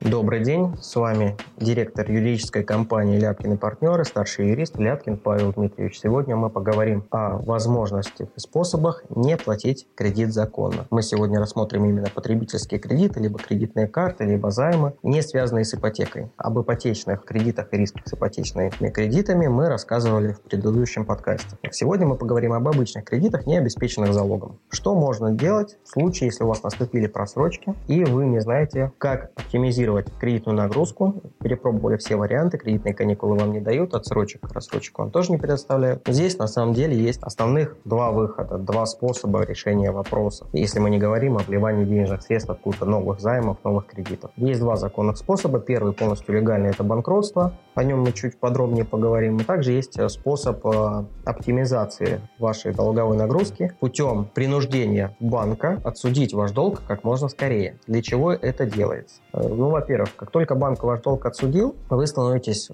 Добрый день, с вами директор юридической компании «Ляпкин и партнеры», старший юрист Ляпкин Павел Дмитриевич. Сегодня мы поговорим о возможностях и способах не платить кредит законно. Мы сегодня рассмотрим именно потребительские кредиты, либо кредитные карты, либо займы, не связанные с ипотекой. Об ипотечных кредитах и рисках с ипотечными кредитами мы рассказывали в предыдущем подкасте. Сегодня мы поговорим об обычных кредитах, не обеспеченных залогом. Что можно делать в случае, если у вас наступили просрочки и вы не знаете, как оптимизировать кредитную нагрузку, перепробовали все варианты, кредитные каникулы вам не дают, отсрочек, рассрочек вам тоже не предоставляют. Здесь на самом деле есть основных два выхода, два способа решения вопроса. Если мы не говорим о вливании денежных средств откуда-то новых займов, новых кредитов. Есть два законных способа. Первый полностью легальный – это банкротство. О нем мы чуть подробнее поговорим. И также есть способ оптимизации вашей долговой нагрузки путем принуждения банка отсудить ваш долг как можно скорее. Для чего это делается? Во-первых, как только банк ваш долг отсудил, вы становитесь в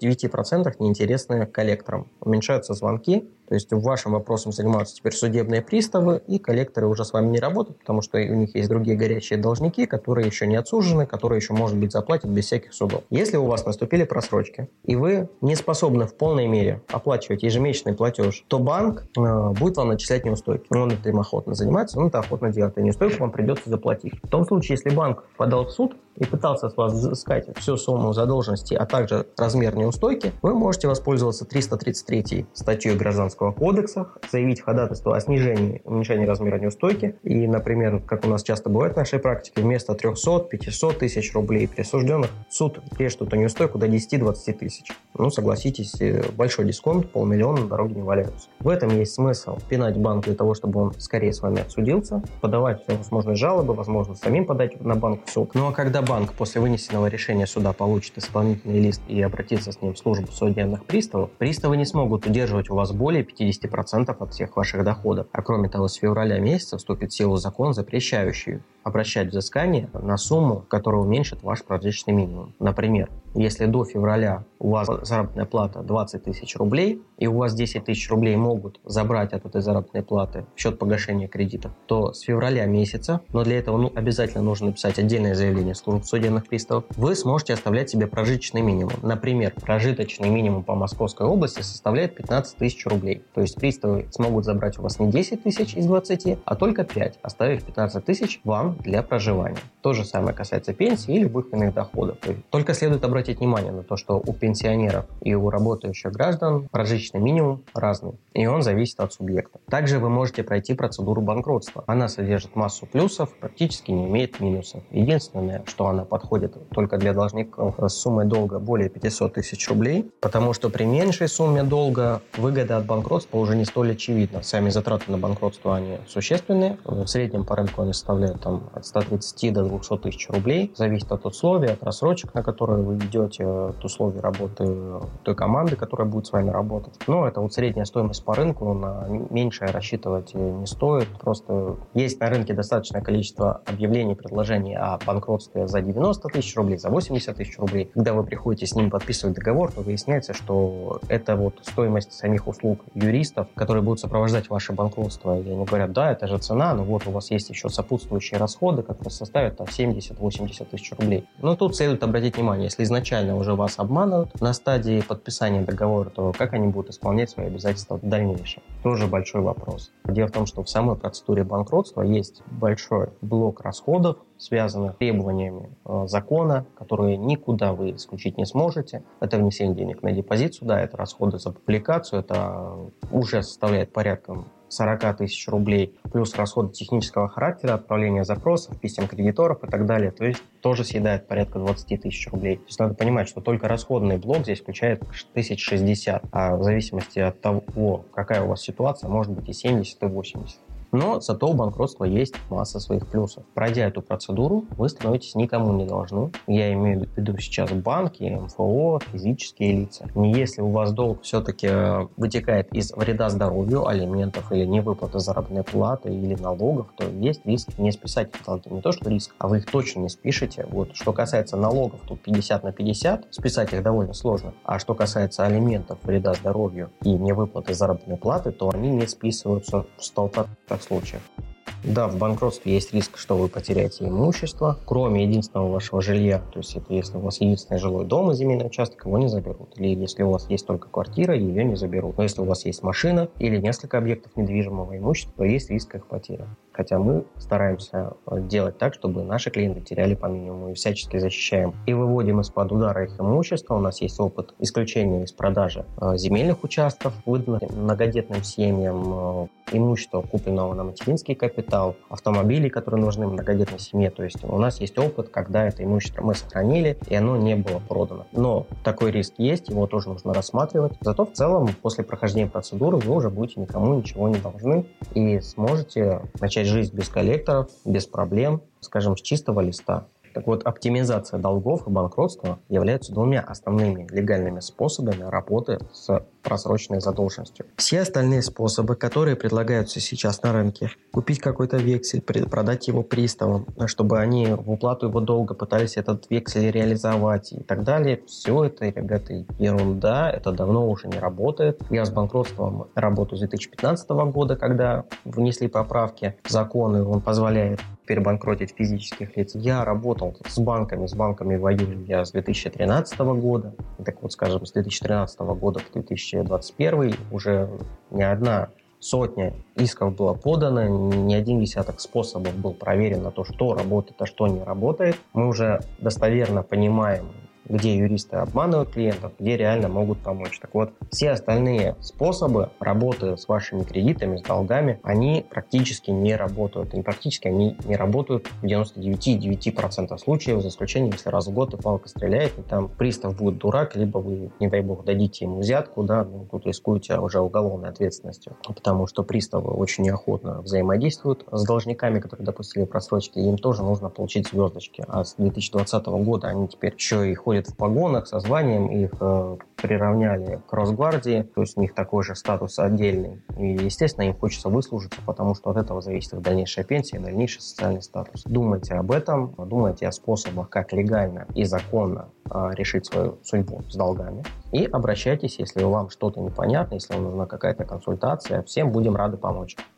99% неинтересны коллекторам. Уменьшаются звонки, то есть вашим вопросом занимаются теперь судебные приставы, и коллекторы уже с вами не работают, потому что у них есть другие горячие должники, которые еще не отсужены, которые еще, может быть, заплатят без всяких судов. Если у вас наступили просрочки, и вы не способны в полной мере оплачивать ежемесячный платеж, то банк будет вам начислять неустойки. Он этим охотно занимается, он это охотно делает, и неустойку вам придется заплатить. В том случае, если банк подал в суд и пытался с вас взыскать всю сумму задолженности, а также размер неустойки, вы можете воспользоваться 333 статьей Гражданского кодекса, заявить ходатайство о снижении, уменьшении размера неустойки. И, например, как у нас часто бывает в нашей практике, вместо 300-500 тысяч рублей присужденных суд режет эту неустойку до 10-20 тысяч. Согласитесь, большой дисконт, 500 000 на дороге не валяются. В этом есть смысл пинать банк для того, чтобы он скорее с вами отсудился, подавать возможные жалобы, возможно, самим подать на банк в суд. А когда банк после вынесенного решения суда получит исполнительный лист и обратится с ним в службу судебных приставов, приставы не смогут удерживать у вас более 50% от всех ваших доходов. А кроме того, с февраля месяца вступит в силу закон, запрещающий обращать взыскание на сумму, которая уменьшит ваш прожиточный минимум. Например, если до февраля у вас заработная плата 20 тысяч рублей, и у вас 10 тысяч рублей могут забрать от этой заработной платы в счет погашения кредитов, то с февраля месяца, но для этого обязательно нужно написать отдельное заявление в службу судебных приставов, вы сможете оставлять себе прожиточный минимум. Например, прожиточный минимум по Московской области составляет 15 тысяч рублей. То есть приставы смогут забрать у вас не 10 тысяч из 20, а только 5, оставив 15 тысяч вам для проживания. То же самое касается пенсии и любых иных доходов. Только следует обратить внимание на то, что у пенсионеров и у работающих граждан прожиточный минимум разный, и он зависит от субъекта. Также вы можете пройти процедуру банкротства. Она содержит массу плюсов, практически не имеет минусов. Единственное, что она подходит только для должников с суммой долга более 500 тысяч рублей, потому что при меньшей сумме долга выгода от банкротства уже не столь очевидна. Сами затраты на банкротство, они существенные. В среднем по рынку они составляют от 130 до 200 тысяч рублей. Зависит от условий, от рассрочек, на которые вы идете, от условий работы той команды, которая будет с вами работать. Но это средняя стоимость по рынку, на меньшее рассчитывать не стоит. Просто есть на рынке достаточное количество объявлений, предложений о банкротстве за 90 тысяч рублей, за 80 тысяч рублей. Когда вы приходите с ним подписывать договор, то выясняется, что это стоимость самих услуг юристов, которые будут сопровождать ваше банкротство. И они говорят, да, это же цена, но у вас есть еще сопутствующие расходы, которые составят 70-80 тысяч рублей. Но тут следует обратить внимание, если изначально уже вас обманывают на стадии подписания договора, то как они будут исполнять свои обязательства в дальнейшем? Тоже большой вопрос. Дело в том, что в самой процедуре банкротства есть большой блок расходов, связанных с требованиями закона, которые никуда вы исключить не сможете. Это внесение денег на депозит суда, это расходы за публикацию, это уже составляет порядком 40 тысяч рублей, плюс расходы технического характера, отправление запросов, писем кредиторов и так далее. То есть тоже съедает порядка 20 тысяч рублей. То есть надо понимать, что только расходный блок здесь включает 1060, а в зависимости от того, какая у вас ситуация, может быть и 70, и 80. Но зато у банкротства есть масса своих плюсов. Пройдя эту процедуру, вы становитесь никому не должны. Я имею в виду сейчас банки, МФО, физические лица. Если у вас долг все-таки вытекает из вреда здоровью, алиментов или невыплаты заработной платы или налогов, то есть риск не списать эти долги. Не то, что риск, а вы их точно не спишете. Что касается налогов, тут 50 на 50, списать их довольно сложно. А что касается алиментов, вреда здоровью и невыплаты заработной платы, то они не списываются в 100% случаев. Да, в банкротстве есть риск, что вы потеряете имущество, кроме единственного вашего жилья. То есть это если у вас единственный жилой дом и земельный участок, его не заберут. Или если у вас есть только квартира, ее не заберут. Но если у вас есть машина или несколько объектов недвижимого имущества, то есть риск их потери. Хотя мы стараемся делать так, чтобы наши клиенты теряли по минимуму и всячески защищаем. И выводим из-под удара их имущество. У нас есть опыт исключения из продажи земельных участков, выданных многодетным семьям, имущества, купленного на материнский капитал, автомобилей, которые нужны многодетной семье. То есть у нас есть опыт, когда это имущество мы сохранили, и оно не было продано. Но такой риск есть, его тоже нужно рассматривать. Зато в целом после прохождения процедуры вы уже будете никому ничего не должны и сможете начать жизнь без коллекторов, без проблем, скажем, с чистого листа. Так вот, оптимизация долгов и банкротства являются двумя основными легальными способами работы с просроченной задолженностью. Все остальные способы, которые предлагаются сейчас на рынке, купить какой-то вексель, продать его приставам, чтобы они в уплату его долга пытались этот вексель реализовать и так далее, все это, ребята, ерунда, это давно уже не работает. Я с банкротством работаю с 2015 года, когда внесли поправки в законы, он позволяет перебанкротить физических лиц. Я работал с банками воюю я с 2013 года. Так вот, скажем, с 2013 года по 2021 уже не одна сотня исков было подано, не один десяток способов был проверен на то, что работает, а что не работает. Мы уже достоверно понимаем, где юристы обманывают клиентов, где реально могут помочь. Так вот, все остальные способы работы с вашими кредитами, с долгами, они практически не работают. Они не работают в 99,9% случаев, за исключением, если раз в год и палка стреляет, и там пристав будет дурак, либо вы, не дай бог, дадите ему взятку, да, тут рискуете уже уголовной ответственностью, потому что приставы очень неохотно взаимодействуют с должниками, которые допустили просрочки, и им тоже нужно получить звездочки. А с 2020 года они теперь еще и ходят в погонах со званием, их приравняли к Росгвардии, то есть у них такой же статус отдельный. И, естественно, им хочется выслужиться, потому что от этого зависит их дальнейшая пенсия, дальнейший социальный статус. Думайте об этом, думайте о способах, как легально и законно решить свою судьбу с долгами. И обращайтесь, если вам что-то непонятно, если вам нужна какая-то консультация. Всем будем рады помочь.